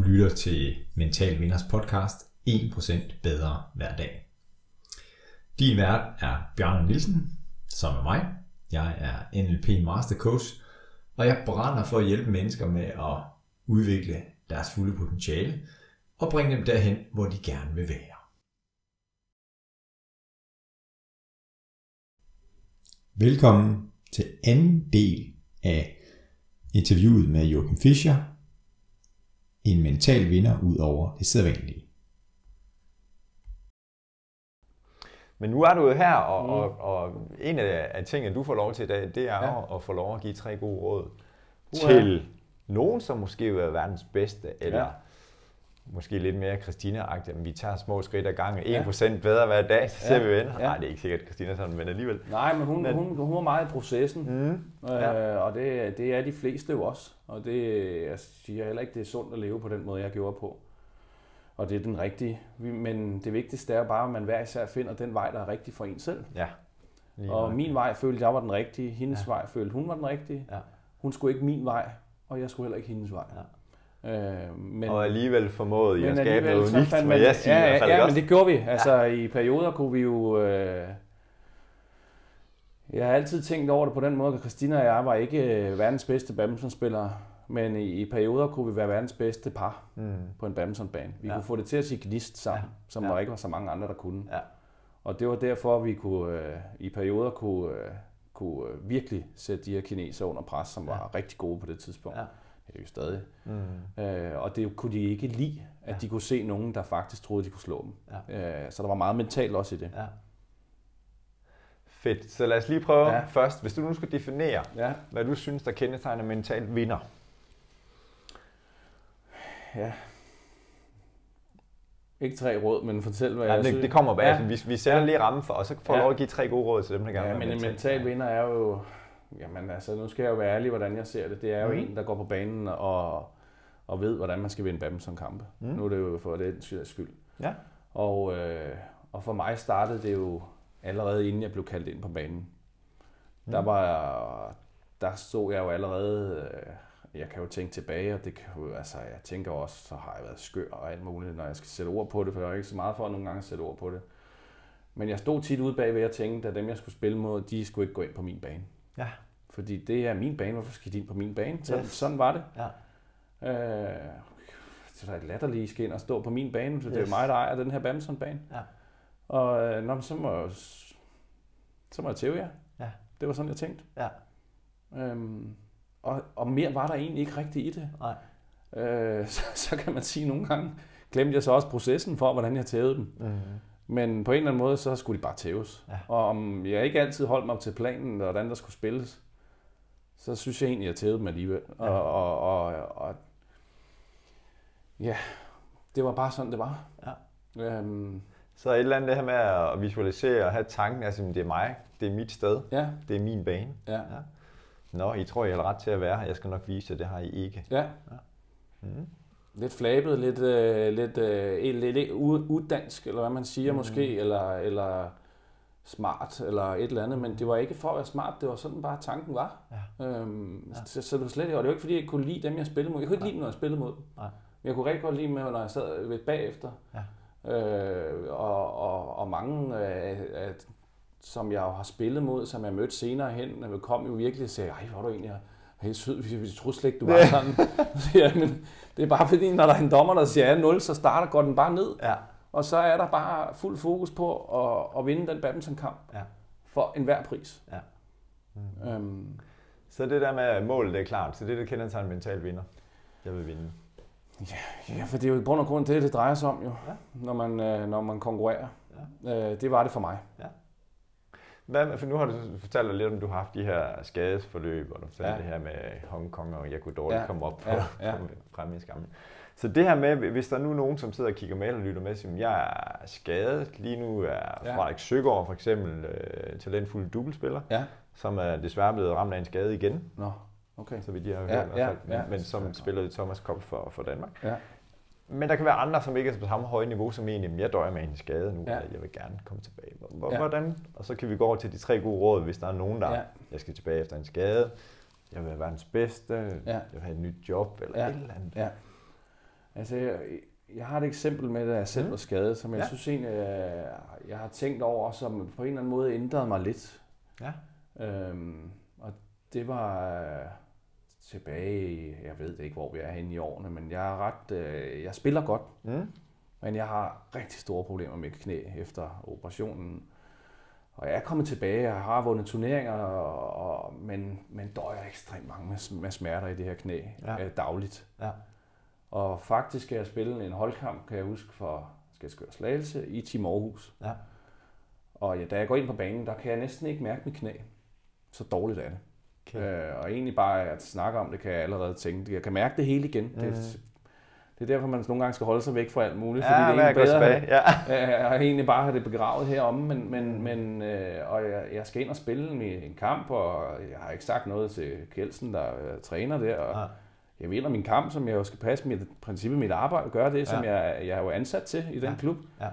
lytter til Mental Vinders podcast 1% bedre hver dag. Din vært er Bjarne Nielsen, som er mig. Jeg er NLP Master Coach, og jeg brænder for at hjælpe mennesker med at udvikle deres fulde potentiale og bringe dem derhen, hvor de gerne vil være. Velkommen til anden del af interviewet med Joachim Fischer, en mental vinder ud over det sædvanlige. Men nu er du jo her, og en af tingene, du får lov til i dag, det er at få lov at give 3 gode råd til nogen, som måske vil være verdens bedste, eller måske lidt mere Christina-agtigt, men vi tager små skridt ad gangen. 1% bedre hver dag, så ser vi vinder. Nej, det er ikke sikkert, Christina sådan, men alligevel. Nej, men hun var meget i processen, og det er de fleste jo også. Og jeg siger heller ikke, det er sundt at leve på den måde, jeg gjorde på. Og det er den rigtige. Men det vigtigste er bare, at man hver især finder den vej, der er rigtig for en selv. Ja. Og min vej følte jeg var den rigtige, hendes vej følte hun var den rigtige. Ja. Hun skulle ikke min vej, og jeg skulle heller ikke hendes vej. Ja. Og alligevel formåede jeg at skabe noget unikt, hvad jeg siger. Ja, men det gjorde vi. Altså i perioder kunne vi jo... Jeg har altid tænkt over det på den måde, at Christina og jeg var ikke verdens bedste badmintonspillere, men i perioder kunne vi være verdens bedste par på en badmintonbane. Vi kunne få det til at sige gnist sammen, som der ikke var så mange andre, der kunne. Ja. Og det var derfor, at vi kunne, i perioder kunne virkelig sætte de her kinesere under pres, som var rigtig gode på det tidspunkt. Ja. Det er jo stadig. Og det kunne de ikke lide, at de kunne se nogen, der faktisk troede, de kunne slå dem. Ja. Så der var meget mentalt også i det. Ja. Fedt. Så lad os lige prøve først. Hvis du nu skal definere, hvad du synes, der kendetegner mental vinder. Ja. Ikke 3 råd, men fortæl, hvad jeg synes. Det kommer bag. Ja. Vi sætter lige rammen for, og så får du lov at give 3 gode råd til dem, der gerne vil. Men en mental vinder er jo... Jamen altså, nu skal jeg jo være ærlig, hvordan jeg ser det. Det er jo en, der går på banen og ved, hvordan man skal vinde badmintonkampe. Nu er det jo for den skyld. Ja. Og for mig startede det jo allerede inden jeg blev kaldt ind på banen. Der stod jeg jo allerede... Jeg kan jo tænke tilbage, og det kan jo, altså, jeg tænker også, så har jeg været skør og alt muligt, når jeg skal sætte ord på det, for jeg er ikke så meget for at nogle gange sætte ord på det. Men jeg stod tit ude bagved og tænkte, at dem jeg skulle spille mod, de skulle ikke gå ind på min bane. Ja. Fordi det er min bane, hvorfor skal de ind på min bane? Sådan var det. Ja. Det er et latterligt skin at stå på min bane, så det er jo mig, der ejer den her badmintonbane. Ja. Og så må jeg tæve jer. Ja. Det var sådan, jeg tænkte. Ja. Og mere var der egentlig ikke rigtigt i det. Nej. Så kan man sige, at nogle gange glemte jeg så også processen for, hvordan jeg tævede dem. Men på en eller anden måde, så skulle de bare tæves. Ja. Og om jeg ikke altid holdt mig til planen, hvordan der skulle spilles, så synes jeg egentlig, at jeg tævede dem alligevel. Ja. Og det var bare sådan, det var. Ja. Så et eller andet det her med at visualisere og have tanken, altså det er mig, det er mit sted, det er min bane. Ja. Ja. Nå, I tror, I har ret til at være her. Jeg skal nok vise jer, det har I ikke. Ja. Lidt flabet, lidt uddansk, eller hvad man siger måske, eller smart, eller et eller andet. Men det var ikke for at være smart, det var sådan bare tanken var. Ja. Så det var slet ikke, og det var ikke fordi, jeg kunne lide dem, jeg spillede mod. Jeg kunne ikke lide dem, når jeg spillede mod. Nej. Men jeg kunne rigtig godt lide dem, når jeg sad ved bagefter. Ja. Og mange som jeg har spillet mod, som jeg mødte senere hen, kom jo virkelig og sagde, ej, hvor er du egentlig helt sød, vi troede slet ikke, du var sådan. Ja, men det er bare fordi, når der er en dommer, der siger 0, så går den bare ned. Ja. Og så er der bare fuld fokus på at vinde den badmintonkamp for enhver pris. Ja. Så det der med målet, det er klart. Så det kendetegner en mental vinder. Jeg vil vinde. Ja, for det er jo i bund og grund det drejer sig om jo, når man konkurrerer. Ja. Det var det for mig. Ja. For nu har du fortalt lidt om, du har haft de her skadesforløb, og du fortalte det her med Hongkong, og jeg kunne dårligt komme op på præmieskammen. Så det her med, hvis der er nu nogen, som sidder og kigger med eller lytter med, siger, jeg er skadet. Lige nu er Frederik Søgaard for eksempel talentfuld dubbelspiller, som er desværre blevet ramt af en skade igen. Nå, okay. Så vidt jeg har hørt i hvert fald, men som spiller i Thomas Cup for Danmark. Ja. Men der kan være andre, som ikke er på samme høje niveau som egentlig, jeg døjer med en skade nu, og jeg vil gerne komme tilbage. Hvordan? Og så kan vi gå over til de 3 gode råd, hvis der er nogen, der jeg skal tilbage efter en skade, jeg vil være verdens bedste, jeg vil have et nyt job eller et eller andet. Altså, jeg har et eksempel med, da jeg selv var skadet, som jeg synes egentlig, jeg har tænkt over, som på en eller anden måde ændrede mig lidt. Ja. Og det var tilbage, jeg ved ikke, hvor vi er henne i årene, men jeg spiller godt, men jeg har rigtig store problemer med knæ efter operationen. Og jeg er kommet tilbage, jeg har vundet turneringer, men døjer ekstremt mange med smerter i det her knæ dagligt. Ja. Og faktisk skal jeg spille en holdkamp, kan jeg huske, for Slagelse i Team Aarhus. Ja. Og da jeg går ind på banen, der kan jeg næsten ikke mærke mit knæ. Så dårligt er det. Okay. Og egentlig bare at snakke om det, kan jeg allerede tænke. Jeg kan mærke det hele igen. Det er derfor, man nogle gange skal holde sig væk fra alt muligt. Fordi det er bedre at egentlig bare have det begravet heromme. Og jeg skal ind og spille en kamp, og jeg har ikke sagt noget til Kjeldsen, der træner der. Og jeg vinder min kamp, som jeg jo skal passe mit arbejde og gøre det, som jeg er jo ansat til i den klub. Ja.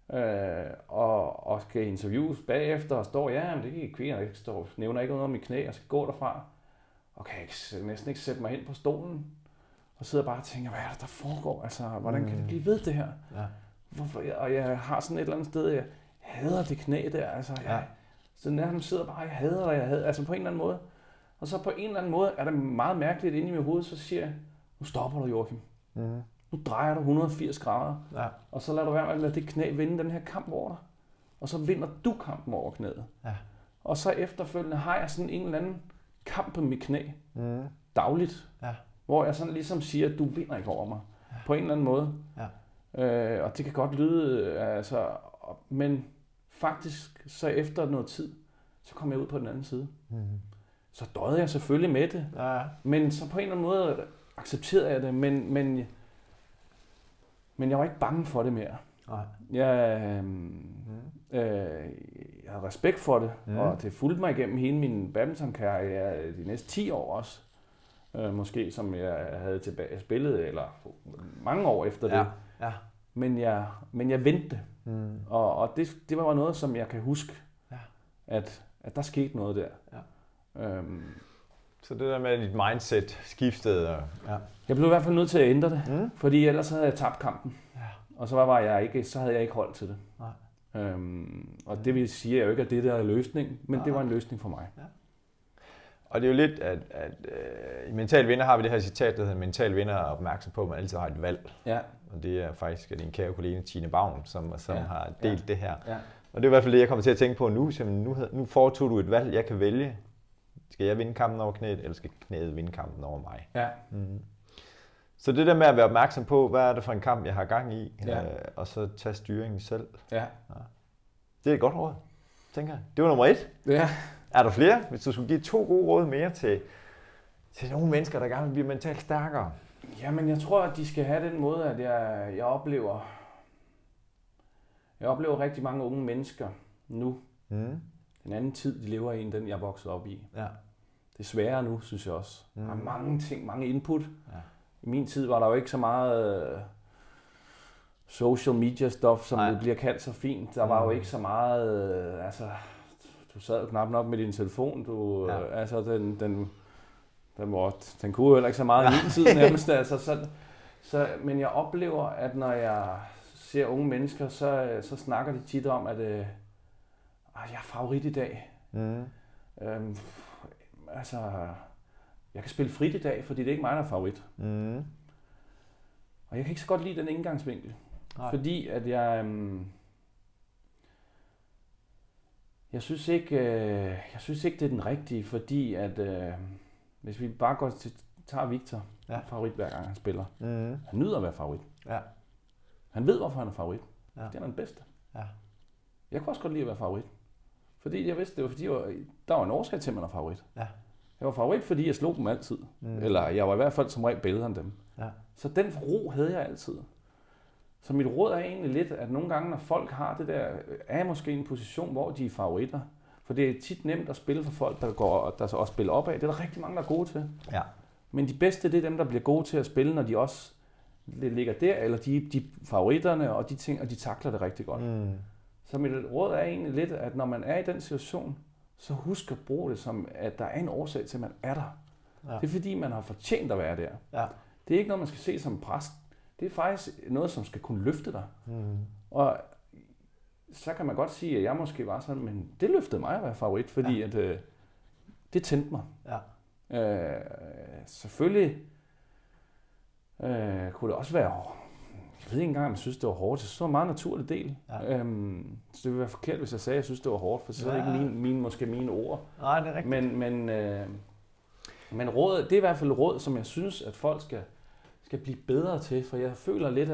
Og skal interviews bagefter og står, men det gik kvinder, jeg nævner ikke noget om mit knæ, jeg skal gå derfra. Og kan jeg næsten ikke sætte mig hen på stolen. Og sidder bare og tænker, hvad er det, der foregår? Altså, hvordan kan det blive ved det her? Ja. Hvorfor? Og jeg har sådan et eller andet sted, jeg hader det knæ der. Altså, så nærmest sidder bare, jeg hader det, altså på en eller anden måde. Og så på en eller anden måde er det meget mærkeligt inde i mit hoved, så siger jeg, nu stopper du, Joachim. Nu drejer du 180 grader, og så lader du være med at lade det knæ vinde den her kamp over dig. Og så vinder du kampen over knæet. Ja. Og så efterfølgende har jeg sådan en eller anden kamp på mit knæ, dagligt. Ja. Hvor jeg sådan ligesom siger, at du vinder ikke over mig, på en eller anden måde. Ja. Og det kan godt lyde, altså, men faktisk så efter noget tid, så kom jeg ud på den anden side. Så døde jeg selvfølgelig med det, men så på en eller anden måde accepterede jeg det, men jeg var ikke bange for det mere. Jeg har respekt for det, og det fulgte mig igennem hele min badmintonkarriere de næste 10 år også. Måske som jeg havde spillet, eller mange år efter det. Ja. Men jeg vendte. Og det var noget, som jeg kan huske, at der skete noget der. Ja. Så det der med dit mindset skiftede? Jeg blev i hvert fald nødt til at ændre det, fordi ellers havde jeg tabt kampen. Ja. Og så havde jeg ikke holdt til det. Og det vil sige jo ikke, at det der er løsning, men det var en løsning for mig. Ja. Og det er jo lidt, at i Mental Vinder har vi det her citat, der hedder, mental vinder er opmærksom på, at man altid har et valg. Ja. Og det er faktisk din kære kollega Tine Bavn, som har delt det her. Ja. Og det er i hvert fald det, jeg kommer til at tænke på nu. Nu foretog du et valg, jeg kan vælge. Skal jeg vinde kampen over knæet, eller skal knæet vinde kampen over mig? Ja. Så det der med at være opmærksom på, hvad er det for en kamp, jeg har gang i, og så tage styringen selv. Ja. Det er et godt råd, tænker jeg. Det var nummer 1. Ja. Er der flere? Hvis du skulle give 2 gode råd mere til nogle mennesker, der gerne vil blive mentalt stærkere? Jamen, jeg tror, at de skal have den måde, at jeg oplever rigtig mange unge mennesker nu. En anden tid, de lever i, end den, jeg voksede op i. Ja. Det er sværere nu, synes jeg også. Der er mange ting, mange input. Ja. I min tid var der jo ikke så meget social media stuff, som det bliver kaldt så fint. Der var jo ikke så meget, du sad jo knap nok med din telefon. Den kunne jo heller ikke så meget i min tid nærmest. Men jeg oplever, at når jeg ser unge mennesker, så snakker de tit om, at jeg er favorit i dag. Jeg kan spille frit i dag, fordi det er ikke mig, der er favorit. Og jeg kan ikke så godt lide den indgangsvinkel. Fordi at jeg synes ikke, det er den rigtige, fordi at hvis vi bare tager Victor, favorit hver gang han spiller. Han nyder at være favorit. Ja. Han ved, hvorfor han er favorit. Ja. Det er den bedste. Ja. Jeg kunne også godt lide at være favorit. Fordi jeg vidste, det var fordi, der var en årsag til, at man er favorit. Ja. Jeg var favorit, fordi jeg slog dem altid. Eller jeg var i hvert fald som regel bedre end dem. Ja. Så den ro havde jeg altid. Så mit råd er egentlig lidt, at nogle gange, når folk har det der, er måske en position, hvor de er favoritter. For det er tit nemt at spille for folk, der så også spiller opad. Det er der rigtig mange, der er gode til. Ja. Men de bedste, det er dem, der bliver gode til at spille, når de også ligger der, eller de favoritterne og de ting, og de takler det rigtig godt. Så mit råd er egentlig lidt, at når man er i den situation, så husk at bruge det som, at der er en årsag til, at man er der. Ja. Det er fordi, man har fortjent at være der. Ja. Det er ikke noget, man skal se som pres. Det er faktisk noget, som skal kunne løfte dig. Og så kan man godt sige, at jeg måske var sådan, men det løftede mig at være favorit, fordi at, det tændte mig. Ja. Selvfølgelig kunne det også være, jeg ved ikke engang, om jeg synes, det var hårdt. Jeg synes, det var en meget naturlig del. Ja. Så det ville være forkert, hvis jeg sagde, at jeg synes, det var hårdt, for så er det ikke måske mine ord. Nej, det er rigtigt. Men råd, det er i hvert fald et råd, som jeg synes, at folk skal blive bedre til, for jeg føler lidt,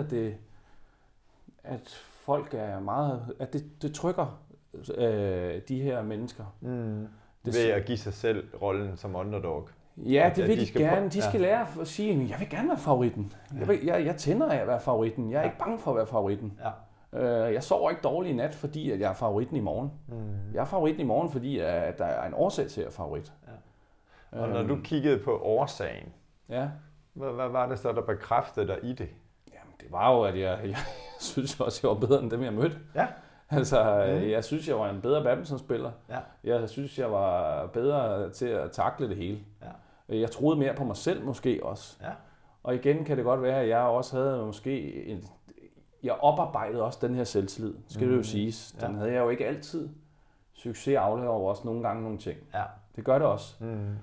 at folk er meget, at det trykker de her mennesker. Ved at give sig selv rollen som underdog. Ja, det vil de gerne. De skal lære at sige, at jeg vil gerne være favoritten. Jeg tænder af at være favoritten. Jeg er ikke bange for at være favoritten. Ja. Jeg sover ikke dårligt i nat, fordi at jeg er favoritten i morgen. Jeg er favoritten i morgen, fordi at der er en årsag til at være favorit. Ja. Og når du kiggede på årsagen, hvad var det så, der bekræftede dig i det? Jamen, det var jo, at jeg synes også, jeg var bedre end dem, jeg mødte. Ja. Altså, jeg synes, jeg var en bedre badmintonspiller. Ja. Jeg synes, jeg var bedre til at takle det hele. Ja. Jeg troede mere på mig selv måske også. Ja. Og igen kan det godt være, at jeg også havde måske jeg oparbejdede også den her selvtillid, skal det jo siges. Den havde jeg jo ikke altid. Succes afleverer jo også nogle gange nogle ting. Ja. Det gør det også.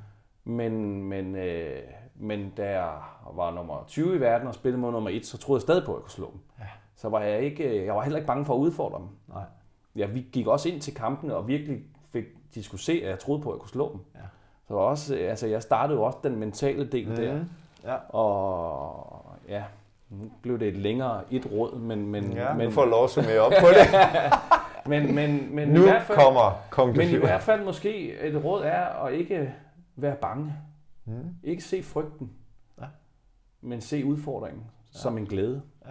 Men da jeg var nummer 20 i verden og spillede mod nummer 1, så troede jeg stadig på, at jeg kunne slå dem. Ja. Så var jeg var heller ikke bange for at udfordre dem. Nej. Ja, vi gik også ind til kampene og virkelig de skulle se, at jeg troede på, at jeg kunne slå dem. Ja. Så også, altså, jeg startede jo også den mentale del der. Ja. Og ja, nu blev det et længere råd, men du får lov at summere op på det. men nu i hvert fald, kommer konklusionen. Men i hvert fald måske et råd er at ikke være bange. Ikke se frygten, men se udfordringen som en glæde. Ja.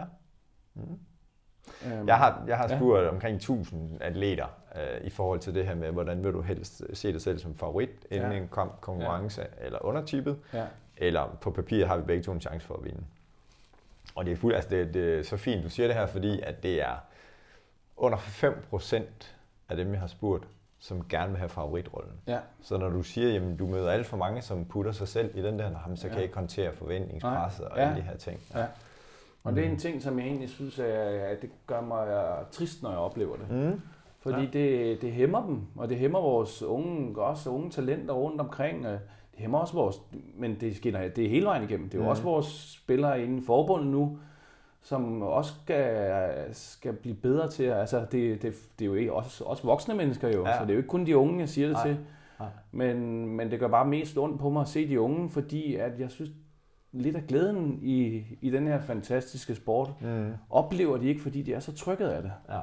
Jeg har spurgt omkring 1000 atleter i forhold til det her med, hvordan vil du helst se dig selv som favorit inden en konkurrence eller undertippet, eller på papir har vi begge to en chance for at vinde. Og det er det er så fint, du siger det her, fordi at det er under 5% af dem, jeg har spurgt, som gerne vil have favoritrollen. Ja. Så når du siger, jamen du møder alt for mange, som putter sig selv i den der, så kan jeg ikke håndtere forventningspresset og alle de her ting. Ja. Og det er en ting, som jeg egentlig synes, at det gør mig trist, når jeg oplever det. Fordi det hæmmer dem, og det hæmmer vores unge talenter rundt omkring. Det hæmmer også vores, men det er hele vejen igennem. Det er jo også vores spillere inden i forbundet nu, som også skal blive bedre til. Altså det er jo også voksne mennesker jo, så det er jo ikke kun de unge, jeg siger det til. Men det gør bare mest ondt på mig at se de unge, fordi at jeg synes, lidt af glæden i den her fantastiske sport, oplever de ikke, fordi de er så trykket af det. Ja.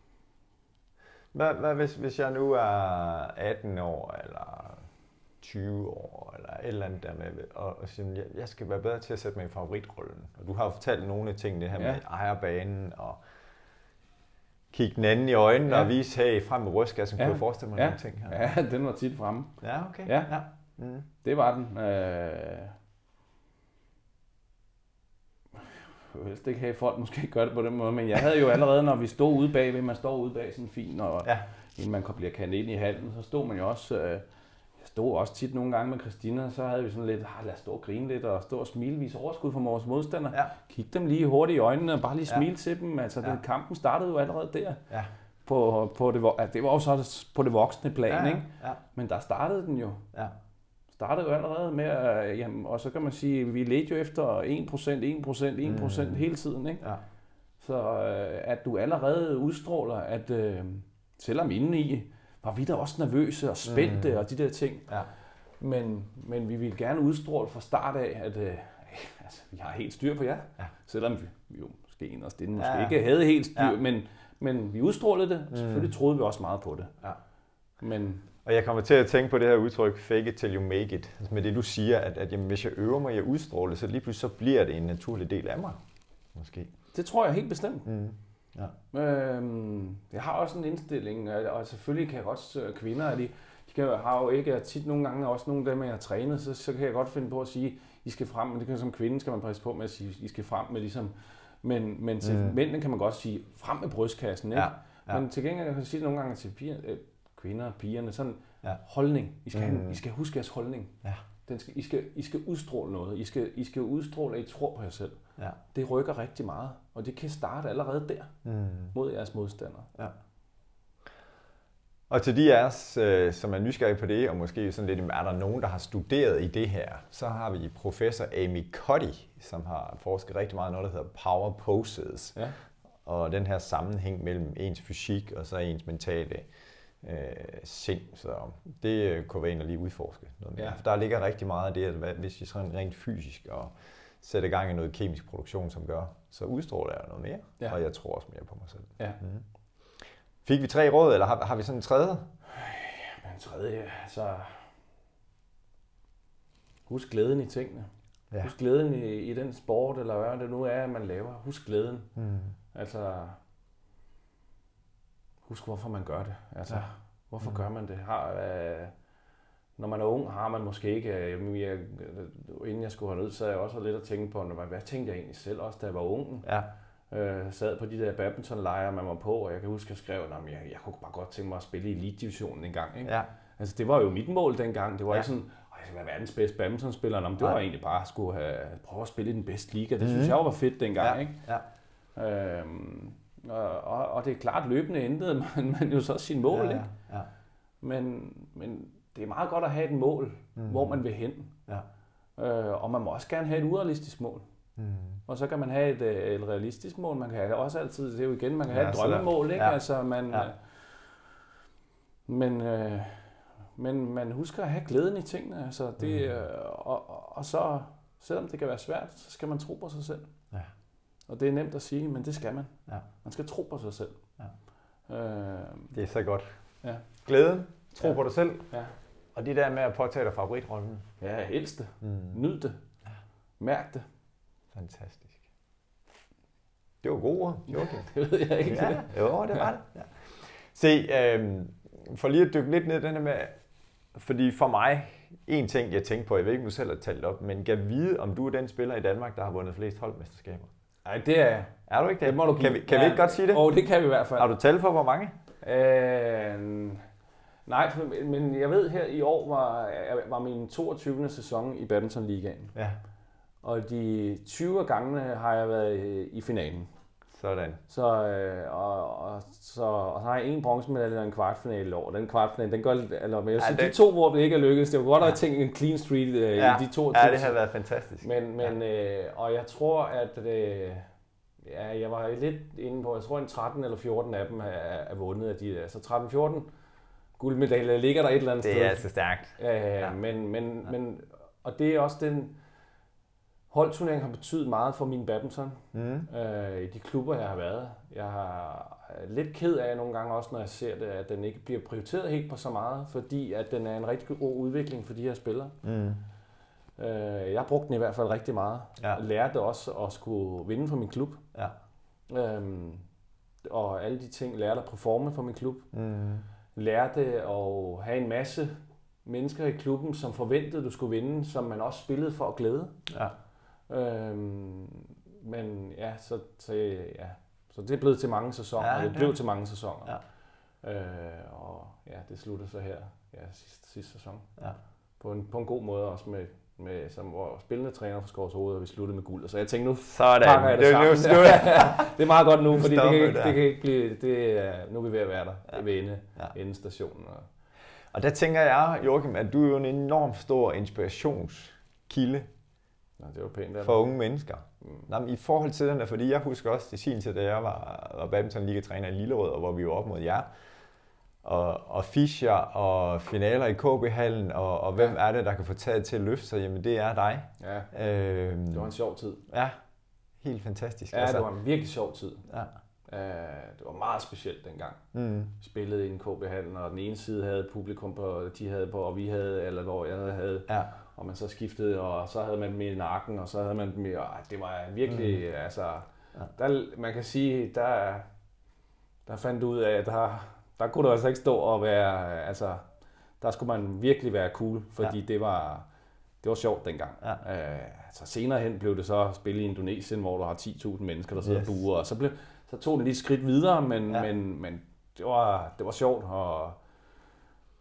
Hvad hvis jeg nu er 18 år, eller 20 år, eller et eller andet der med, og siger, jeg skal være bedre til at sætte mig i favoritrollen. Og du har jo fortalt nogle af tingene, det her med ejerbanen, og kigge den anden i øjnene og vise, hey, frem med brystkassen, kunne jeg forestille mig nogle ting her. Ja, den var tit fremme. Ja, okay. Ja. Det var den. Jeg vil helst ikke have, folk måske gør det på den måde, men jeg havde jo allerede, når vi stod ude bagved, man står ude bag sådan fint, og inden man bliver kandet ind i hallen, så stod man jo også, jeg stod også tit nogle gange med Christina, så havde vi sådan lidt, lad os stå og grine lidt, og stå og smile, vise overskud for vores modstandere, kig dem lige hurtigt i øjnene, og bare lige smile til dem, altså kampen startede jo allerede der, det var jo så på det voksne plan, ikke? Men der startede den jo. Ja. Startede jo allerede med, og så kan man sige, vi ledte jo efter 1% hele tiden, ikke? Ja. Så at du allerede udstråler, at selvom indeni var vi da også nervøse og spændte og de der ting, men vi ville gerne udstråle fra start af, at vi har helt styr på jer, selvom vi jo måske inderst inde ikke havde helt styr, men vi udstrålede det, og selvfølgelig troede vi også meget på det. Ja. Og jeg kommer til at tænke på det her udtryk, fake it till you make it. Altså med det du siger, at jamen, hvis jeg øver mig i at udstråle, så lige pludselig så bliver det en naturlig del af mig. Måske. Det tror jeg helt bestemt. Ja. Jeg har også en indstilling, og selvfølgelig kan jeg godt, kvinder, de har jo ikke tit nogle gange, også nogle af dem, jeg har trænet, så kan jeg godt finde på at sige, I skal frem, men det kan som kvinde skal man passe på med at sige, I skal frem med ligesom, men til mændene kan man godt sige, frem med brystkassen, ikke? Ja. Men til gengæld kan jeg sige nogle gange til kvinder og pigerne, sådan holdning. I skal huske jeres holdning. Ja. I skal udstråle noget. I skal udstråle, at I tror på jer selv. Ja. Det rykker rigtig meget, og det kan starte allerede der mod jeres modstandere. Ja. Og til de af os, som er nysgerrige på det, og måske sådan lidt, er der nogen, der har studeret i det her, så har vi professor Amy Cuddy, som har forsket rigtig meget i noget, der hedder power poses. Ja. Og den her sammenhæng mellem ens fysik og så ens mentale sind. Så det kunne være en at lige udforske noget mere. Ja. For der ligger rigtig meget af det, at hvis vi sådan rent fysisk og sætter i gang i noget kemisk produktion, som gør, så udstråler jeg noget mere, og jeg tror også mere på mig selv. Ja. Mm. Fik vi 3 råd, eller har vi sådan en tredje? En tredje, altså... Husk glæden i tingene. Ja. Husk glæden i den sport, eller hvad det nu er, man laver. Husk glæden. Altså... Husk, hvorfor man gør det. Altså, hvorfor gør man det? Når man er ung, har man måske ikke... inden jeg skulle herned, så jeg også lidt at tænke på, hvad tænkte jeg egentlig selv, også da jeg var ung? Ja. Sad på de der badmintonlejre, man var på, og jeg kan huske, at jeg skrev, at jeg kunne bare godt tænke mig at spille i elite-divisionen en gang. Ikke? Ja. Altså, det var jo mit mål dengang. Det var ikke sådan, jeg skal være verdens bedste badmintonspiller. Det var egentlig bare at prøve at spille i den bedste liga. Det synes jeg var fedt dengang. Ikke? Ja. Og det er klart, løbende ændrede man jo så sin mål. Ikke? Ja. Men det er meget godt at have et mål, hvor man vil hen. Ja. Og man må også gerne have et urealistisk mål. Og så kan man have et realistisk mål. Man kan have også altid, det er jo igen, man kan have et drømmemål, ikke? Ja. Altså men man husker at have glæden i tingene. Altså det, og så, selvom det kan være svært, så skal man tro på sig selv. Ja. Og det er nemt at sige, men det skal man. Ja. Man skal tro på sig selv. Ja. Det er så godt. Ja. Glæden, tro på dig selv. Ja. Og det der med at påtage dig favoritrollen. Ja, helst det. Nyd det. Ja. Mærk det. Fantastisk. Det var gode ord. Det ved jeg ikke. Ja, jo, det var det. Ja. Se, for lige at dykke lidt ned i den her med, fordi for mig, en ting jeg tænkte på, jeg ved ikke, om du selv har talt op, men kan vide, om du er den spiller i Danmark, der har vundet flest holdmesterskaber? Nej, det er jeg. Er du ikke det? Det må du kan vi ikke godt sige det? Det kan vi i hvert fald. Har du tal for, hvor mange? Nej, men jeg ved her i år var min 22. sæson i badmintonligaen. Ja. Og de 20 gange har jeg været i finalen. Sådan. Så har jeg en bronzemedalje og en kvartfinale i år. Den kvartfinale, den gør de 2, hvor det ikke er lykkedes. Det var godt at tænke en clean street i de 22. Ja, det har været fantastisk. Og jeg tror, at jeg var lidt inde på, jeg tror en 13 eller 14 af dem er vundet af de der. Så 13-14 guldmedaljer ligger der et eller andet sted. Det er altså stærkt. Men og det er også den holdturnering har betydet meget for min badminton i de klubber, jeg har været. Jeg har lidt ked af nogle gange også, når jeg ser det, at den ikke bliver prioriteret helt på så meget, fordi at den er en rigtig god udvikling for de her spillere. Jeg brugte den i hvert fald rigtig meget. Ja. Og lærte også at skulle vinde for min klub. Ja. Og alle de ting lærte at performe for min klub. Lærte at have en masse mennesker i klubben, som forventede, du skulle vinde, som man også spillede for at glæde. Ja. Men ja, så det er blevet til mange sæsoner, og det blev til mange sæsoner. Ja. Og ja, det slutter så her sidste sæson. Ja. På en god måde også med som var spillende træner for Skovs Hoved, og vi sluttede med guld. Så jeg tænkte, nu pakker jeg det sammen. Det er meget godt nu, fordi det kan ikke blive... nu er vi ved at være der. Det er ved endestationen. Og der tænker jeg, Joachim, at du er jo en enormt stor inspirationskilde det var pænt, for unge mennesker. Jamen, i forhold til den der, fordi jeg husker også i sin tid, da jeg var badminton-ligatræner i Lillerød, og hvor vi var op mod jer, og Fischer og finaler i KB-hallen, og hvem er det, der kan få taget til at løfte sig? Jamen, det er dig. Ja, det var en sjov tid. Ja, helt fantastisk. Ja, det var en virkelig sjov tid. Ja. Det var meget specielt dengang. Vi spillede i en KB-hallen, og den ene side havde publikum på, de havde på, og vi havde, eller hvor jeg havde. Ja. Og man så skiftede, og så havde man dem i nakken, og så havde man dem i, det var virkelig, man kan sige, der fandt du ud af, at der kunne du altså ikke stå og være, der skulle man virkelig være cool, fordi det var sjovt dengang. Ja. Så senere hen blev det så spillet i Indonesien, hvor du har 10.000 mennesker, der sidder og buer, og så tog det lige et skridt videre, men det var sjovt,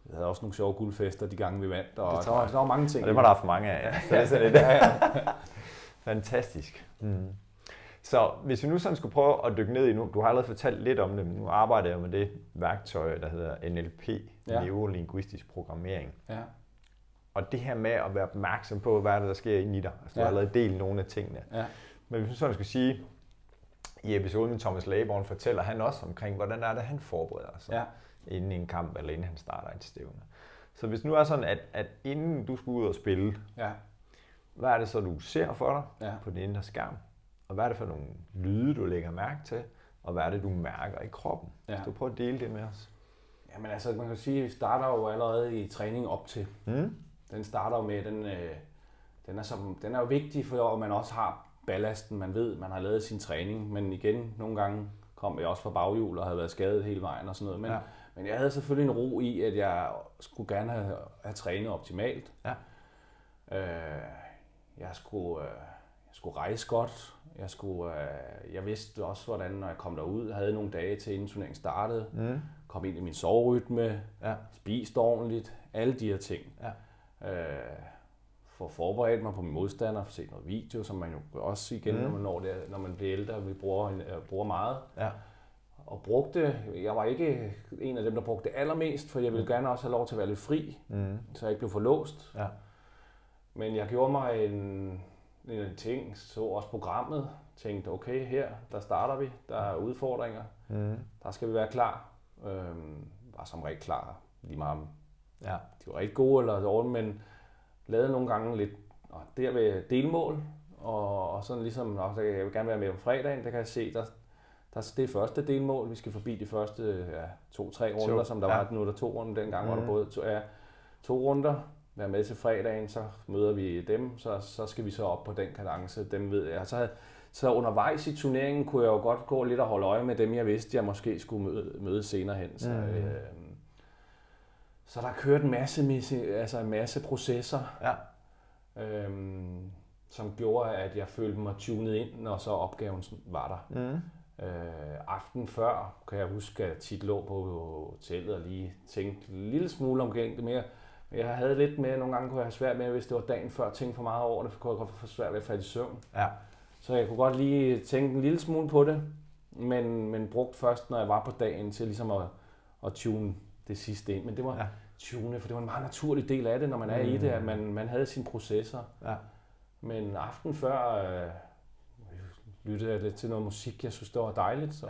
Vi havde også nogle sjove guldfester de gange, vi vandt, og der var mange ting. Og det var der haft mange af, ja. Så det er sådan lidt fantastisk. Så hvis vi nu sådan skulle prøve at dykke ned i nu, du har allerede fortalt lidt om det, men nu arbejder jeg med det værktøj, der hedder NLP, neurolinguistisk programmering. Ja. Og det her med at være opmærksom på, hvad der sker inde i dig. Altså, du har allerede delt nogle af tingene. Ja. Men hvis vi sådan skulle sige, i episoden med Thomas Laborn fortæller han også omkring, hvordan er det, han forbereder sig inden en kamp, eller inden han starter et stævne. Så hvis nu er sådan, at inden du skal ud og spille, hvad er det så, du ser for dig på din indre skærm? Og hvad er det for nogle lyde, du lægger mærke til? Og hvad er det, du mærker i kroppen? Ja. Så du prøver at dele det med os. Jamen altså, man kan sige, at vi starter jo allerede i træning op til. Den starter jo med, den er jo vigtig, for at man også har ballasten. Man ved, man har lavet sin træning, men igen, nogle gange kom jeg også fra baghjul og havde været skadet hele vejen og sådan noget. Men jeg havde selvfølgelig en ro i, at jeg skulle gerne have trænet optimalt. Ja. Jeg skulle rejse godt. Jeg vidste også, hvordan, når jeg kom derud, jeg havde nogle dage til inden turneringen startede, kom ind i min soverytme, spiste ordentligt, alle de her ting. Ja. For forberedt mig på min modstander, for set noget video, som man jo også igen, når man bliver ældre, vi bruger meget. Ja. Og jeg var ikke en af dem, der brugte det allermest, for jeg ville gerne også have lov til at være lidt fri, så jeg ikke blev for låst. Ja. Men jeg gjorde mig en ting, så også programmet, tænkte okay, her, der starter vi, der er udfordringer, der skal vi være klar. Var som regel klar, lige meget de var rigtig gode eller dårlige, men lavede nogle gange lidt der ved delmål, og sådan ligesom, jeg vil gerne være med om fredagen, der kan jeg se, der det er første delmål, vi skal forbi de første 2-3 runder, som der var, nu er der 2 runder, dengang var der både 2 runder, være med til fredagen, så møder vi dem, så skal vi så op på den kadence, dem ved jeg. Så undervejs i turneringen kunne jeg jo godt gå lidt og holde øje med dem, jeg vidste, jeg måske skulle møde senere hen. Så der kørte en masse processer, som gjorde, at jeg følte mig tunet ind, når så opgaven var der. Aften før, kan jeg huske, at jeg tit lå på hotellet og lige tænkte en lille smule omkring det mere. Jeg havde lidt med, nogle gange kunne jeg have svært med, hvis det var dagen før, tænke for meget over det, så kunne jeg godt få svært ved at falde i søvn. Ja. Så jeg kunne godt lige tænke en lille smule på det, men brugt først, når jeg var på dagen, til ligesom at tune det sidste ind. Men det var tune, for det var en meget naturlig del af det, når man er i det, at man havde sine processer. Ja. Men aften før lyttede jeg det til noget musik, jeg synes, det var dejligt.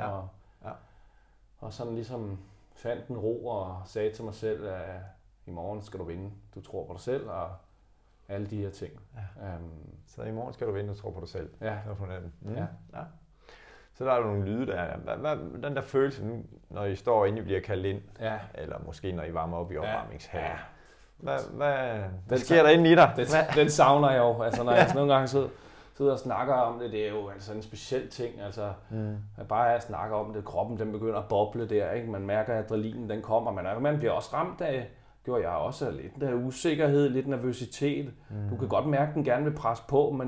Og sådan ligesom fandt en ro og sagde til mig selv, at i morgen skal du vinde. Du tror på dig selv og alle de her ting. Ja. Så i morgen skal du vinde, du tror på dig selv. Ja. Ja. Så der er nogle lyde der. Den der følelse nu, når I står inde, I bliver kaldt ind, eller måske når I varmer op i opvarmningshallen. Ja. Hvad sker der inde i dig? Den savner jeg jo. Altså, når jeg nogle gange sidder og snakker om det, det er jo altså en speciel ting. Altså, bare jeg snakker om det, kroppen den begynder at boble der. Ikke? Man mærker, at adrenalinen den kommer. Man bliver også ramt af, gjorde jeg også, lidt der usikkerhed, lidt nervøsitet. Du kan godt mærke, at den gerne vil presse på, men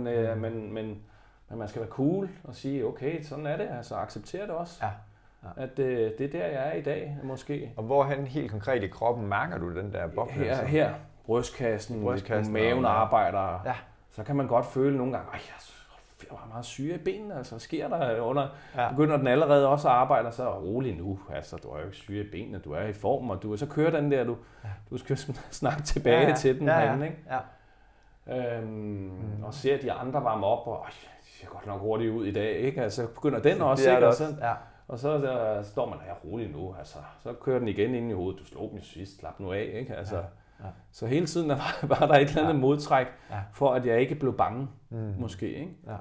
man skal være cool og sige, okay, sådan er det. Altså acceptere det også. Ja. At det er der, jeg er i dag, måske. Og hvorhen helt konkret i kroppen mærker du den der boble? Her. Brystkassen maven arbejder. Ja. Så kan man godt føle nogle gange, jeg var meget syg i benene, altså sker der under, begynder den allerede også at arbejde, så rolig nu, altså du er jo ikke syg i benene, du er i form, og så kører den der, du skal snakke tilbage til den herinde, ikke? Ja. Og ser de andre varme op, og de ser godt nok hurtigt ud i dag, ikke? Altså så begynder den også, ikke? Og så der står man her rolig nu, altså så kører den igen ind i hovedet, du slog den sidst, slap nu af, ikke? Altså. Ja. Så hele tiden var der et eller andet modtræk, for at jeg ikke blev bange, måske, ikke? Ja.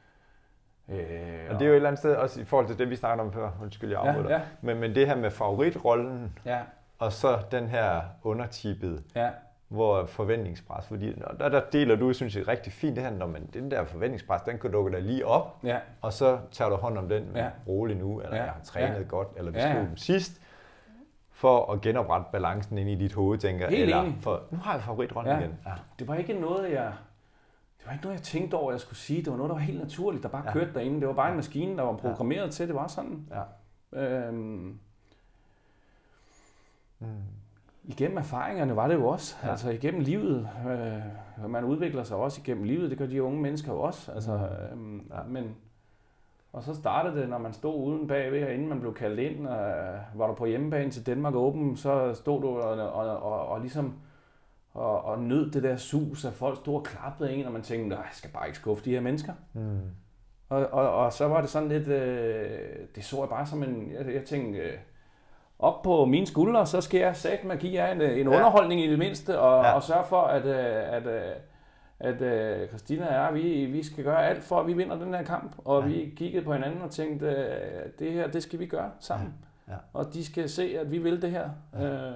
Og det er jo et eller andet sted, også i forhold til det, vi snakkede om før, undskyld, jeg afbryder. Men det her med favoritrollen, og så den her undertippede, hvor forventningspres, fordi der deler du, synes jeg, rigtig fint det her, når man den der forventningspres, den kan dukke dig lige op, og så tager du hånd om den, rolig nu, eller jeg har trænet godt, eller vi slog dem sidst, for at genoprette balancen ind i dit hoved, tænker jeg. Eller for, nu har jeg favoritrollen igen. Ja. Det var ikke noget, jeg tænkte over, jeg skulle sige. Det var noget, der var helt naturligt, der bare kørte derinde. Det var bare en maskine, der var programmeret til, det var sådan. Ja. Igennem erfaringerne var det jo også. Ja. Altså igennem livet. Man udvikler sig også igennem livet. Det gør de unge mennesker jo også. Altså, men... Og så startede det, når man stod uden bagved, inden man blev kaldt ind. Var du på hjemmebane til Danmark Open, så stod du og ligesom og nød det der sus, at folk stod og klappede en, og man tænkte, jeg skal bare ikke skuffe de her mennesker. Og så var det sådan lidt, det så jeg bare som jeg tænkte, op på mine skuldre, så skal jeg satme give jer en underholdning i det mindste, og sørge for, at Christina og jeg, vi skal gøre alt for, at vi vinder den her kamp. Og vi kiggede på hinanden og tænkte, det her, det skal vi gøre sammen. Ja. Og de skal se, at vi vil det her. Ja.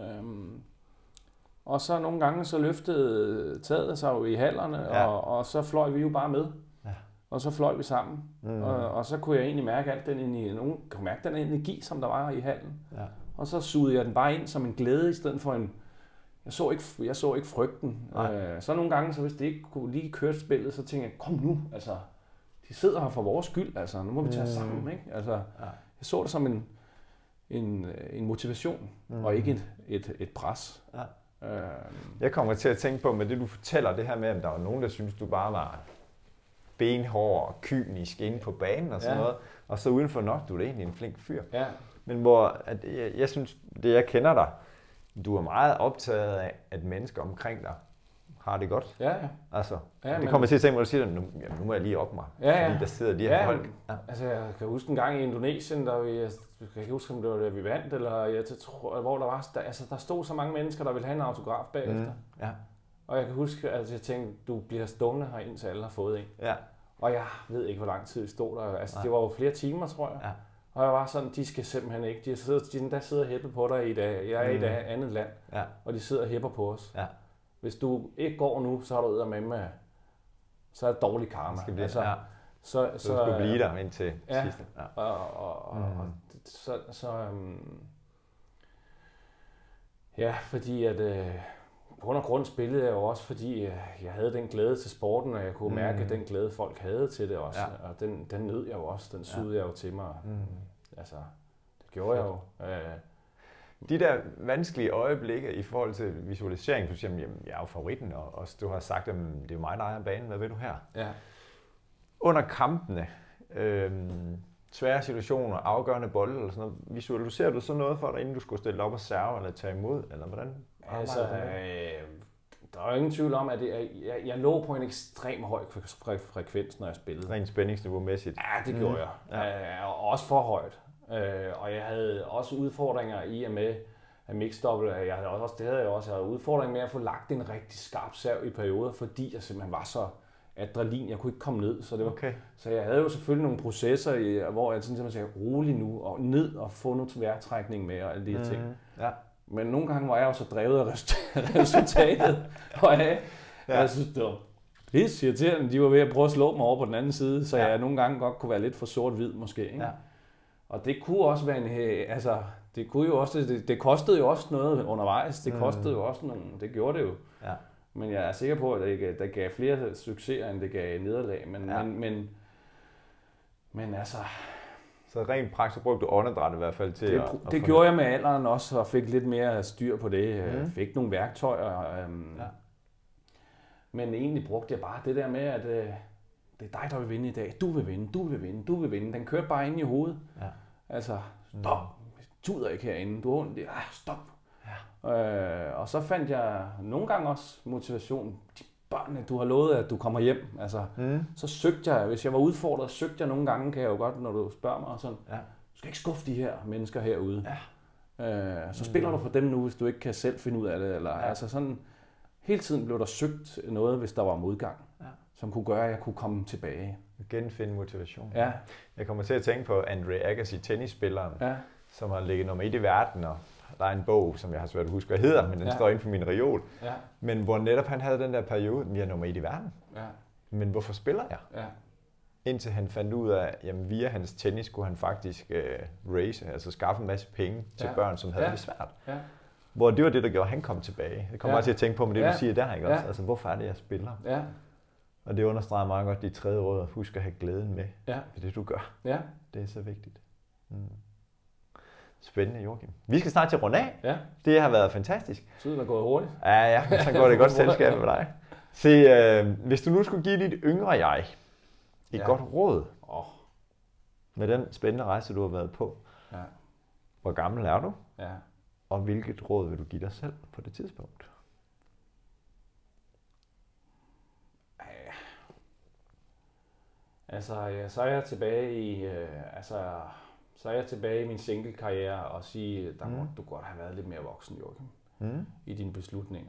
Og så nogle gange så løftede taget sig jo i hallerne, og så fløj vi jo bare med. Ja. Og så fløj vi sammen. Og så kunne jeg egentlig mærke den energi, som der var i hallen. Ja. Og så sugede jeg den bare ind som en glæde, i stedet for en... Jeg så ikke frygten. Så nogle gange, så hvis det ikke kunne lige køre spillet, så tænkte jeg, kom nu, altså, de sidder her for vores skyld, altså, nu må vi tage os sammen, ikke? Altså, jeg så det som en motivation, og ikke et pres. Ja. Jeg kommer til at tænke på, med det du fortæller, det her med, at der var nogen, der synes du bare var benhård og kynisk inde på banen og sådan noget, og så udenfor nok, du er egentlig en flink fyr. Ja. Men hvor, jeg synes, det jeg kender dig, du er meget optaget af, at mennesker omkring dig har det godt. Ja. Altså, det kommer til at tænke, hvor du siger, nu må jeg lige op mig, fordi der sidder de her folk. Ja. Altså, jeg kan huske en gang i Indonesien, jeg kan ikke huske, om det var der, vi vandt, eller jeg tror, hvor der var, der stod så mange mennesker, der ville have en autograf bagefter. Ja. Og jeg kan huske, at jeg tænkte, du bliver stående her, indtil alle har fået en. Ja. Og jeg ved ikke, hvor lang tid vi stod der. Altså, det var jo flere timer, tror jeg. Ja. Og jeg var sådan, de skal simpelthen ikke. De sidder og hæpper på dig i dag. Jeg er i et andet land, og de sidder og hæpper på os. Ja. Hvis du ikke går nu, så har du eddermame med, så er det dårlig karma. Skal blive, så du skulle blive der indtil sidste. Ja. Fordi at på grund af grund spillede jeg jo også, fordi jeg havde den glæde til sporten, og jeg kunne mærke den glæde, folk havde til det også. Ja. Og den nød jeg jo også, den sugede jeg jo til mig. Altså, det gjorde jeg jo. De der vanskelige øjeblikke i forhold til visualisering, for eksempel, jeg er jo favoritten, og du har sagt, at det er mig, der ejer banen, hvad ved du her? Ja. Under kampene, svære situationer, afgørende bolde eller sådan noget, visualiserer du så noget for dig, inden du skulle stille op og serve eller tage imod, eller hvordan? Altså, der er jo ingen tvivl om, at jeg lå på en ekstrem høj frekvens, når jeg spillede. Rent spændingsniveau-mæssigt? Ja, det gjorde jeg. Og også for højt. Og jeg havde også udfordringer i og med at mixdoble. Jeg havde udfordringer med at få lagt en rigtig skarp serv i perioder, fordi jeg simpelthen var så adrenalin. Jeg kunne ikke komme ned. Så jeg havde jo selvfølgelig nogle processer, hvor jeg sådan sagde, rolig nu, og ned og få noget vejrtrækning med og alle de her ting. Ja. Men nogle gange var jeg jo så drevet af resultatet, og jeg synes, det var pisseirriterende. De var ved at prøve at slå mig over på den anden side, så jeg nogle gange godt kunne være lidt for sort-hvid måske. Ikke? Ja. Og det kunne også være det kostede jo også noget undervejs. Det kostede jo også nogle, det gjorde det jo. Ja. Men jeg er sikker på, at det gav flere succeser, end det gav nederlag. Men altså... Så rent praktisk brugte du åndedræt i hvert fald til det gjorde jeg med alderen også, og fik lidt mere styr på det. Fik nogle værktøjer. Men egentlig brugte jeg bare det der med, at det er dig, der vil vinde i dag. Du vil vinde. Den kørte bare ind i hovedet. Ja. Altså, stop. Tuder ikke herinde. Du har ondt. Stop. Ja. Og så fandt jeg nogle gange også motivation. De børn, du har lovet, at du kommer hjem. Altså, så søgte jeg, hvis jeg var udfordret, søgte jeg nogle gange, kan jeg jo godt, når du spørger mig, sådan, du skal ikke skuffe de her mennesker herude. Ja. Så spiller du for dem nu, hvis du ikke kan selv finde ud af det. Eller, altså sådan, hele tiden blev der søgt noget, hvis der var modgang, som kunne gøre, at jeg kunne komme tilbage. Genfinde motivation. Ja. Jeg kommer til at tænke på Andre Agassi, tennisspilleren, som har ligget nummer 1 i verden, og der er en bog, som jeg har svært at huske, hvad hedder, men den står inde på min reol. Ja. Men hvor netop han havde den der periode, vi er nummer 1 i verden. Ja. Men hvorfor spiller jeg? Ja. Indtil han fandt ud af, at via hans tennis kunne han faktisk raise, altså skaffe en masse penge til børn, som havde det svært. Ja. Hvor det var det, der gjorde, at han kom tilbage. Jeg kommer bare til at tænke på med det, du siger der, ikke også? Altså, hvorfor er det, jeg spiller? Ja. Og det understreger meget godt de 3 råd, husk at have glæden med. Ja. Det du gør. Ja. Det er så vigtigt. Spændende, Joachim. Vi skal snart til runde af. Ja. Det har været fantastisk. Tiden er gået hurtigt. Ja, så går det godt selskab med dig. Se, hvis du nu skulle give dit yngre jeg et godt råd med den spændende rejse, du har været på. Ja. Hvor gammel er du? Ja. Og hvilket råd vil du give dig selv på det tidspunkt? Altså, så er jeg tilbage i min single-karriere og sige, der må du godt have været lidt mere voksen, Joachim, i dine beslutninger.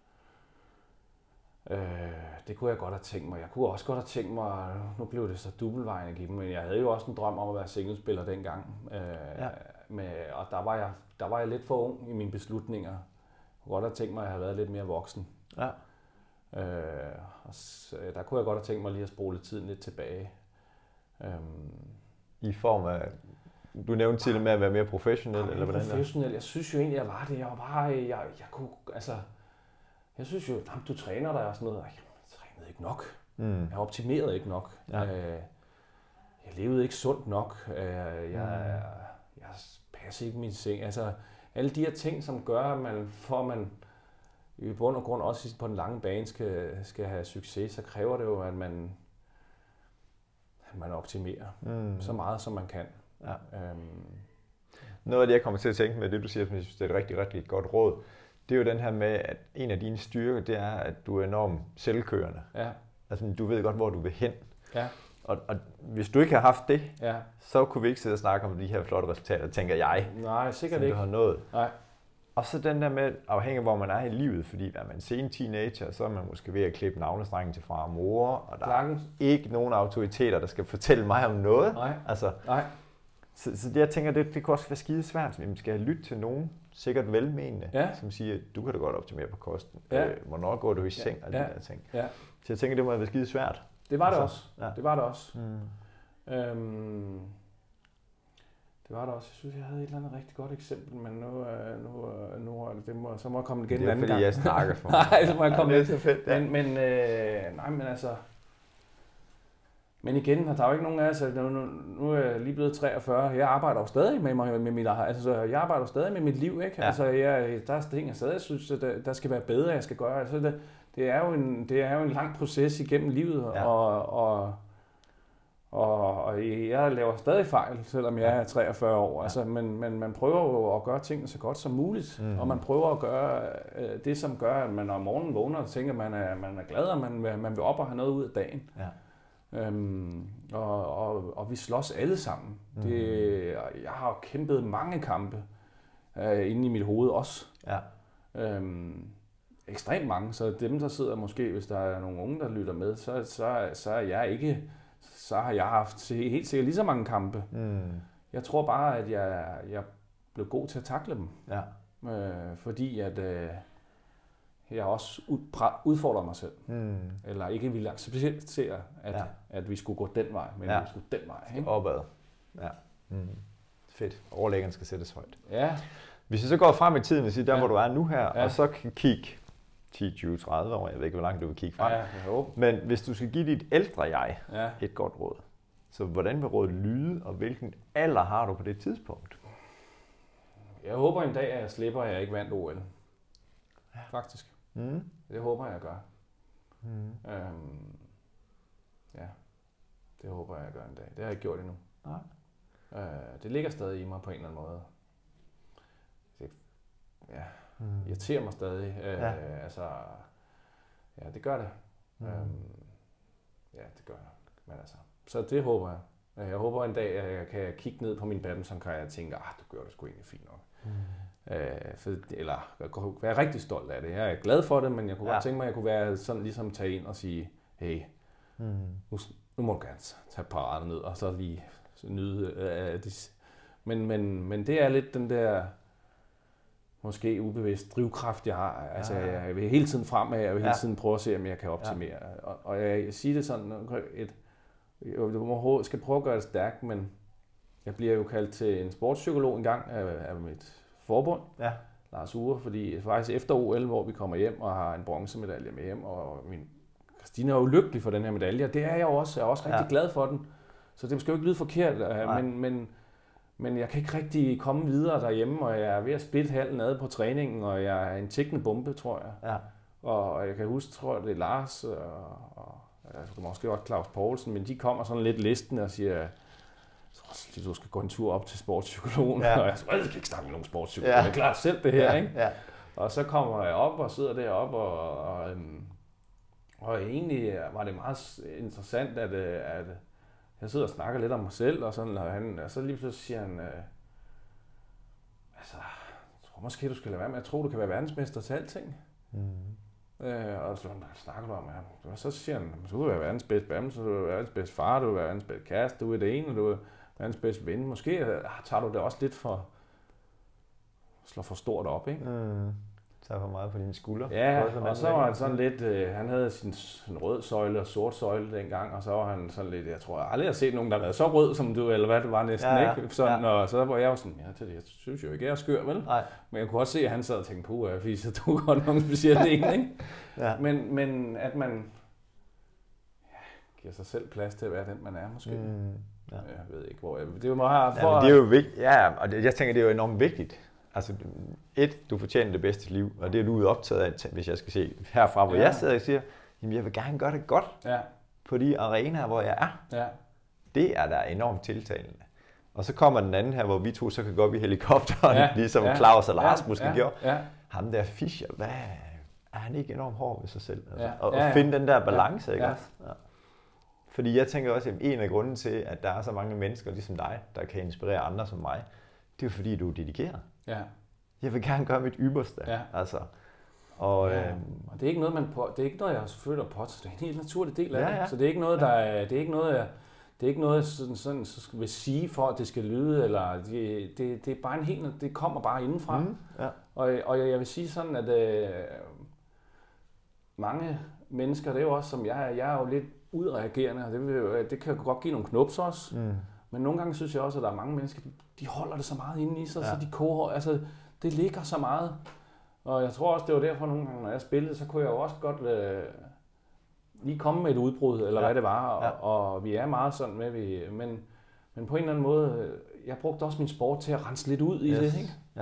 Det kunne jeg godt have tænkt mig. Jeg kunne også godt have tænkt mig, nu blev det så dobbeltvejen igen, men jeg havde jo også en drøm om at være singlespiller dengang. Og der var jeg lidt for ung i mine beslutninger. Jeg kunne godt have tænkt mig, at jeg havde været lidt mere voksen. Ja. Der kunne jeg godt have tænkt mig lige at spole tiden lidt tilbage. I form af, du nævnte til med at være mere professionel, eller hvordan? Professionel. Jeg synes jo egentlig, jeg var det. Jeg var bare, jeg synes jo, du træner dig og sådan noget. Jeg trænede ikke nok. Jeg optimerede ikke nok. Ja. Jeg levede ikke sundt nok. Jeg passede ikke min seng. Altså, alle de her ting, som gør, at man i bund og grund også på den lange bane skal have succes, så kræver det jo, at man optimerer så meget, som man kan. Ja. Noget af det, jeg kommer til at tænke med det, du siger, som jeg synes, det er et rigtig, rigtig godt råd, det er jo den her med, at en af dine styrker, det er, at du er enormt selvkørende. Ja. Altså, du ved godt, hvor du vil hen. Ja. Og hvis du ikke har haft det, så kunne vi ikke sidde og snakke om de her flotte resultater, tænker jeg. Nej, sikkert ikke. Du har nået. Nej. Og så den der med, afhængig af hvor man er i livet, fordi er man sen teenager, så er man måske ved at klippe navlestrengen til far og mor, og der er ikke nogen autoriteter, der skal fortælle mig om noget. Nej. Altså, nej. Så det, jeg tænker, det kan også være skide svært. Man skal lytte til nogen, sikkert velmenende, som siger, du kan da godt optimere på kosten. Ja. Hvornår går du i seng og de der ting. Ja. Så jeg tænker, det må være skide svært. Det var det også. Ja. Det var det også. Det var der også. Jeg synes, jeg havde et eller andet rigtig godt eksempel, men så må jeg komme igen en anden gang. Det er fordi, jeg snakker for mig. Nej, så må jeg komme igen. Det er så fedt, ja. Men altså... Men igen, der er jo ikke nogen af os, nu er jeg lige blevet 43, jeg arbejder jo stadig med mit liv, ikke? Ja. Altså, der er ting, jeg stadig synes, der skal være bedre, jeg skal gøre. Altså, det er jo en lang proces igennem livet, ja. Og jeg laver stadig fejl, selvom jeg er 43 år. Ja. Altså, men man prøver jo at gøre tingene så godt som muligt, og man prøver at gøre det, som gør, at man om morgenen vågner og tænker, at man er glad, og man vil op og have noget ud af dagen. Ja. Og vi slås alle sammen. Jeg har kæmpet mange kampe inde i mit hoved også. Ja. Ekstremt mange, så dem der sidder måske, hvis der er nogle unge der lytter med, så er jeg ikke, så har jeg haft helt sikkert lige så mange kampe. Jeg tror bare at jeg blev god til at takle dem. Ja. Fordi at jeg også udfordrer mig selv. Eller ikke ville acceptere, at vi skulle gå den vej, men vi skulle den vej. Ikke? Opad. Ja. Fedt. Overlæggeren skal sættes højt. Ja. Hvis vi så går frem i tiden og siger, der hvor du er nu her, og så kan kigge 10, 20, 30 år, jeg ved ikke, hvor langt du vil kigge frem. Men hvis du skal give dit ældre jeg et godt råd, så hvordan vil rådet lyde, og hvilken alder har du på det tidspunkt? Jeg håber en dag, at jeg slipper, at jeg ikke vandt OL. Faktisk. Det håber jeg gør. Det håber jeg gør en dag. Det har jeg ikke gjort endnu. Det ligger stadig i mig på en eller anden måde. Det irriterer mig stadig. Det gør det. Det gør jeg. Men altså, så det håber jeg. Jeg håber en dag, at jeg kan kigge ned på min badmintonkarriere og tænke, du gjorde det sgu egentlig fint nok. Eller jeg kunne være rigtig stolt af det. Jeg er glad for det, men jeg kunne godt tænke mig, at jeg kunne være sådan ligesom tage ind og sige, hey, nu må du gerne tage paraden ned, og så lige nyde det. Men det er lidt den der måske ubevidst drivkraft, jeg har. Altså, jeg vil hele tiden fremad, jeg vil hele tiden prøve at se, om jeg kan optimere. Og jeg siger det sådan, jeg skal prøve at gøre det stærkt, men jeg bliver jo kaldt til en sportspsykolog en gang af mit forbund, Lars Ure, fordi faktisk efter OL, hvor vi kommer hjem og har en bronzemedalje med hjem, og Christina er jo lykkelig for den her medalje, og det er jeg også. Jeg er også rigtig glad for den, så det skal jo ikke lyde forkert, Men jeg kan ikke rigtig komme videre derhjemme, og jeg er ved at splitte halen ad på træningen, og jeg er en tikkende bombe, tror jeg. Ja. Og jeg kan huske, tror jeg, det er Lars og måske også Claus Poulsen, men de kommer sådan lidt listen og siger, du skal gå en tur op til sportspsykologen, og jeg kan ikke snakke med nogen sportspsykolog, jeg klarer selv det her, ikke? Ja. Og så kommer jeg op og sidder deroppe, og egentlig var det meget interessant, at jeg sidder og snakker lidt om mig selv, og sådan, og så lige pludselig siger han, jeg tror måske, du skal lade være med, jeg tror, du kan være verdensmester til alting. Og så snakker du om, og så siger han, du vil være verdens bedste badminton, du vil være verdens bedste far, du vil være verdens bedste kæreste, du er det ene, og du er verdens bedste ven. Måske tager du det også lidt slår for stort op, ikke? Tager for meget på dine skuldre. Ja, og så var han sådan lidt, han havde sin rød søjle og sort søjle dengang, og så var han sådan lidt, jeg tror aldrig, jeg har set nogen, der har været så rød som du, eller hvad det var næsten, ikke? Sådan, og så var jeg jo sådan, jeg synes jo ikke, jeg er skør, vel? Nej. Men jeg kunne også se, at han sad og tænkte på, fordi så du godt nogle specielle en, ikke? Ja. Men at man giver sig selv plads til at være den, man er, måske. Ja. Jeg ved ikke, hvor jeg... Det er jo meget for... det er jo vigtigt, og jeg tænker, det er jo enormt vigtigt. Altså, du fortjener det bedste liv, og det er du optaget af, hvis jeg skal se herfra, hvor jeg sidder og siger, jamen jeg vil gerne gøre det godt på de arenaer, hvor jeg er. Ja. Det er der enormt tiltalende. Og så kommer den anden her, hvor vi to så kan gå op i helikopteren, ligesom Claus og Lars måske gjorde. Ja. Ham der Fischer, hvad er han ikke enormt hård ved sig selv? Altså, og finde den der balance, ikke også? Ja. Fordi jeg tænker også, at en af grunden til, at der er så mange mennesker ligesom dig, der kan inspirere andre som mig, det er jo fordi, du er dedikeret. Ja. Jeg vil gerne gøre mit ypperste. Ja. Altså. Og det er ikke noget, det er ikke noget, jeg føler på. Det er en helt naturlig del af det. Så det er ikke noget, det er ikke noget, sådan vil sige for, at det skal lyde, eller det er bare det kommer bare indenfra. Og jeg vil sige sådan, at mange mennesker, det er jo også som jeg er jo lidt udreagerende, og det kan godt give nogle knups også. Men nogle gange synes jeg også, at der er mange mennesker, de holder det så meget inde i sig, så de koger, altså det ligger så meget. Og jeg tror også, det var derfor nogle gange, når jeg spillede, så kunne jeg jo også godt lige komme med et udbrud, eller hvad det var, og vi er meget sådan med, men på en eller anden måde, jeg brugte også min sport til at rense lidt ud i det, ikke? Ja.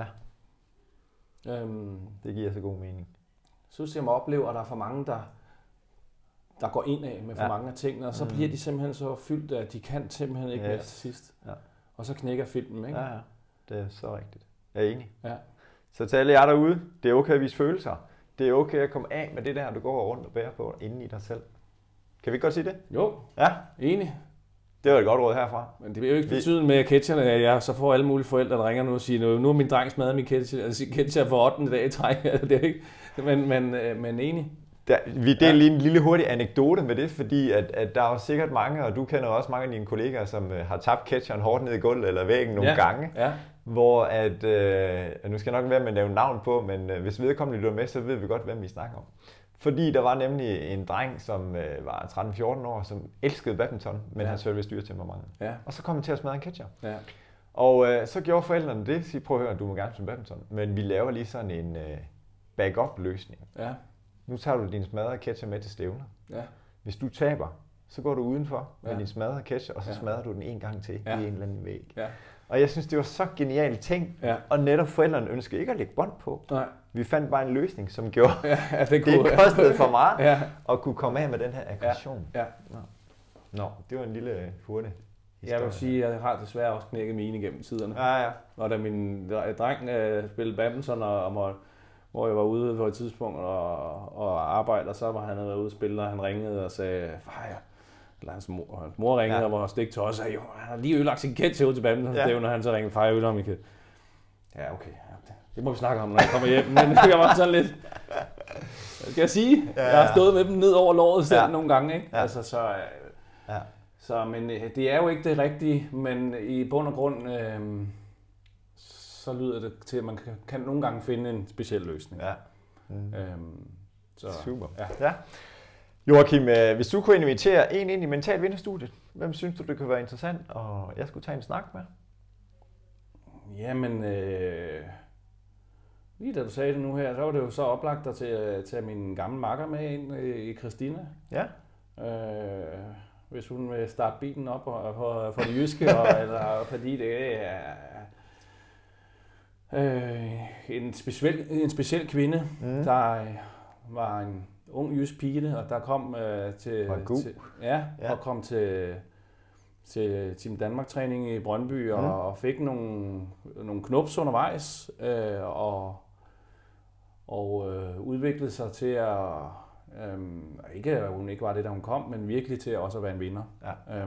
Det giver så god mening. Så jeg må opleve, at der er for mange, der går ind af med for mange af tingene, og så bliver de simpelthen så fyldt, at de kan simpelthen ikke mere til sidst. Ja. Og så knækker filmen, ikke? Ja, det er så rigtigt. Jeg er enig. Ja. Så til alle jer derude, det er okay at vise følelser. Det er okay at komme af med det der, du går rundt og bærer på inde i dig selv. Kan vi ikke godt sige det? Jo, enig. Det var et godt råd herfra. Men det vil jo ikke betyde med ketcherne, at jeg så får alle mulige forældre, der ringer nu og siger, nu er min dreng smadret min ketcher, altså ketcher for 8. dag i træk. Det er ikke, men enig. Vi deler lige en lille hurtig anekdote med det, fordi at der er jo sikkert mange, og du kender også mange af dine kollegaer, som har tabt ketcheren hårdt ned i gulvet eller væggen nogle gange. Ja. Hvor at, nu skal jeg nok være med at nævne navn på, men hvis vedkommende lytter med, så ved vi godt, hvem vi snakker om. Fordi der var nemlig en dreng, som var 13-14 år, som elskede badminton, men han svært ved styretemperament. Ja. Og så kom han til at smadre en ketcher. Ja. Og så gjorde forældrene det, sige, prøv at høre, du må gerne spille badminton, men vi laver lige sådan en backup-løsning. Ja. Nu tager du din smadrede ketcher med til stævner. Ja. Hvis du taber, så går du udenfor med din smadrede ketcher, og så smadrer du den en gang til i en eller anden væg. Ja. Og jeg synes, det var så genialt ting, og netop forældrene ønskede ikke at lægge bånd på. Nej. Vi fandt bare en løsning, som gjorde, det kostede for meget at kunne komme af med den her aggression. Ja. Ja. Nå, det var en lille hurtig historie. Jeg vil sige, at jeg har desværre også knækket mine igennem tiderne. Ja. Når da min dreng spillede badminton, hvor jeg var ude på et tidspunkt og arbejde, og så var han ude og spille, og han ringede og sagde, far, eller hans mor ringede og var stik til os, og sagde, han har lige ødelagt sin ketcher ud til badminton, og han så ringede, far, jeg ødelagt min ketcher. Ja, okay. Det må vi snakke om, når jeg kommer hjem, men jeg var sådan lidt, skal jeg sige, jeg har stået med dem ned over låret selv nogle gange, ikke? Ja. Altså, så, men det er jo ikke det rigtige, men i bund og grund, så lyder det til, at man kan nogle gange finde en speciel løsning. Ja. Super. Ja. Joachim, hvis du kunne invitere en ind i Mental Vinderstudiet, hvem synes du, det kunne være interessant, og jeg skulle tage en snak med? Jamen, lige da du sagde det nu her, så var det jo så oplagt dig til at tage min gamle makker med ind i Christina. Ja. hvis hun vil starte bilen op for det jyske, eller fordi det er en speciel kvinde, der var en ung jysk pige, og der kom kom til Team Danmark-træning i Brøndby og fik nogle knups undervejs og udviklede sig til at ikke at hun ikke var det, da hun kom, men virkelig til også at være en vinder. Ja.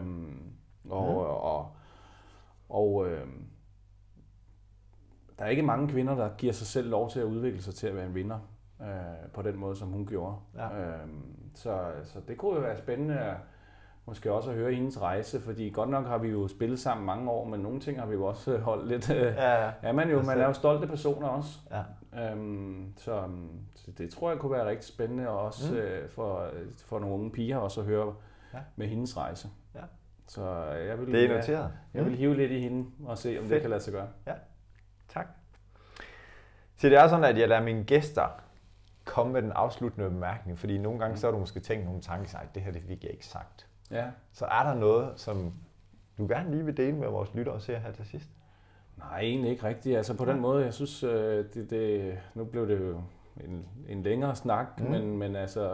Der er ikke mange kvinder, der giver sig selv lov til at udvikle sig til at være en vinder på den måde, som hun gjorde. Ja. Så det kunne jo være spændende måske også at høre hendes rejse, fordi godt nok har vi jo spillet sammen mange år, men nogle ting har vi jo også holdt lidt. Man er jo stolte personer også. Ja. Så det tror jeg kunne være rigtig spændende også for nogle unge piger også at høre med hendes rejse. Ja. Så jeg vil, det er noteret. Jeg vil hive lidt i hende og se, om det kan lade sig gøre. Ja. Tak. Så det er sådan, at jeg lader mine gæster komme med den afsluttende bemærkning, fordi nogle gange så har du måske tænkt nogle tanker, at det her det fik jeg ikke sagt. Ja. Så er der noget, som du gerne lige vil dele med vores lyttere og seere her til sidst? Nej, egentlig ikke rigtigt. Altså på den måde, jeg synes, nu blev det jo en længere snak, men altså,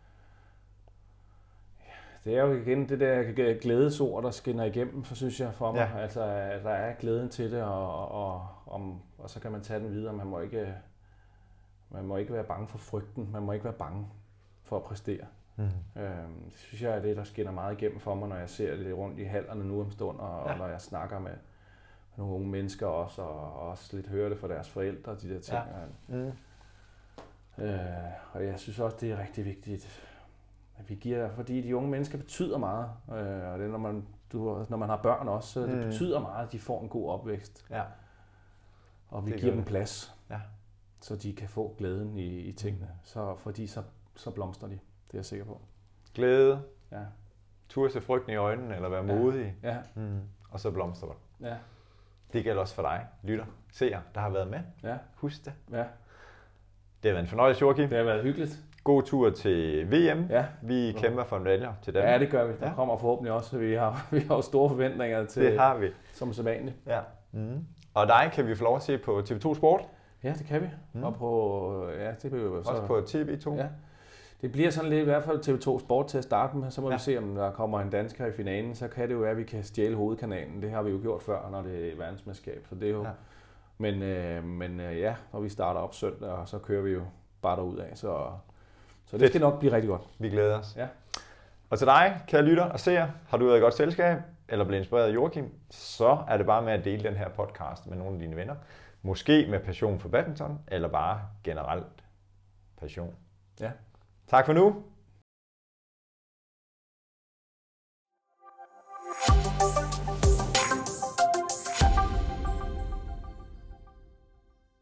det er jo igen det der glædesord, der skinner igennem, så synes jeg for mig. Ja. Altså, der er glæden til det, og så kan man tage den videre. Man må ikke være bange for frygten. Man må ikke være bange for at præstere. Det synes jeg er det, der skinner meget igennem for mig, når jeg ser det rundt i hallerne nu om stunder, og når jeg snakker med nogle unge mennesker også, og også lidt hører det fra deres forældre, de der ting. Og jeg synes også, det er rigtig vigtigt, at vi giver, fordi de unge mennesker betyder meget, og det er, når man har børn også, så det betyder meget, at de får en god opvækst. Ja. Og vi giver dem plads, så de kan få glæden i tingene, fordi så blomstrer de. Det er jeg sikker på. Glæde. Ja. Turde se frygten i øjnene, eller være modig. Ja. Og så blomstrer det. Ja. Det gælder også for dig, lytter, seer, der har været med. Ja. Husk det. Ja. Det har været en fornøjelse, Joachim. Det har været hyggeligt. God tur til VM. Ja. Vi kæmper for medaljer til Danmark. Ja, det gør vi. Der kommer forhåbentlig også. Vi har jo store forventninger til. Det har vi. Som sædvanligt. Ja. Og dig kan vi få lov at se på TV2 Sport. Ja, det kan vi. Og på det bliver jo så også på TV2. Ja. Det bliver sådan lidt i hvert fald TV2 Sport til at starte med, så må vi se, om der kommer en dansker i finalen, så kan det jo være, at vi kan stjæle hovedkanalen. Det har vi jo gjort før, når det er verdensmesterskab, så det er jo. Ja. Men når vi starter op søndag, og så kører vi jo bare derudad, så det skal nok blive rigtig godt. Vi glæder os. Ja. Og til dig, kære lytter og seer, har du været i godt selskab, eller blevet inspireret af Joachim, så er det bare med at dele den her podcast med nogle af dine venner. Måske med passion for badminton, eller bare generelt passion. Ja. Tak for nu.